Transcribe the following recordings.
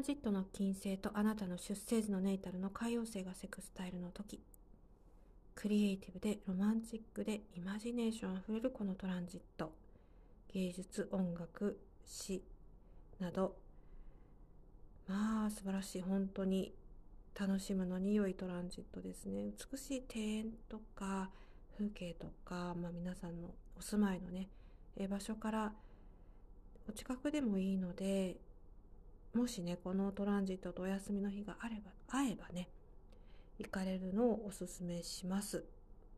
ジットの金星とあなたの出生時のネイタルの海王星がセクスタイルの時、クリエイティブでロマンチックでイマジネーションあふれるこのトランジット、芸術、音楽、詩など、まあ素晴らしい、本当に楽しむのに良いトランジットですね。美しい庭園とか風景とか、皆さんのお住まいのね、場所からお近くでもいいので、もしねこのトランジットとお休みの日が会えばね、行かれるのをおすすめします。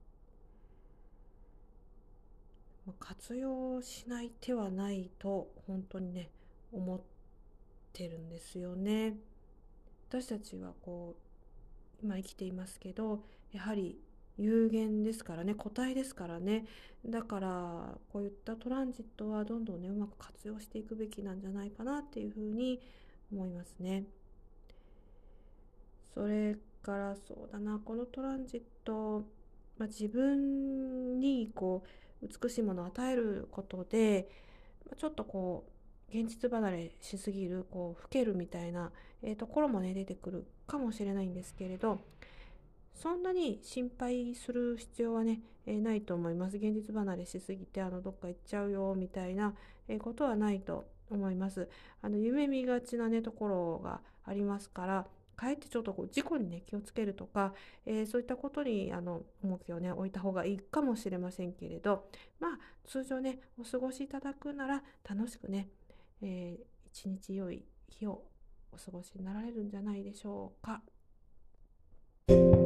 活用しない手はないと本当にね思ってるんですよね。私たちは今生きていますけど、やはり有限ですからね、個体ですからね。だからこういったトランジットはどんどんねうまく活用していくべきなんじゃないかなっていうふうに思いますね。それからそうだな、このトランジット、自分に美しいものを与えることで、ちょっと現実離れしすぎる老けるみたいな、ところもね出てくるかもしれないんですけれど、そんなに心配する必要はね、ないと思います。現実離れしすぎてどっか行っちゃうよみたいな、ことはないと思います。夢見がちなねところがありますから、かえってちょっと事故にね気をつけるとか、そういったことに重きをね置いた方がいいかもしれませんけれど、通常ねお過ごしいただくなら楽しくね、一日良い日をお過ごしになられるんじゃないでしょうか。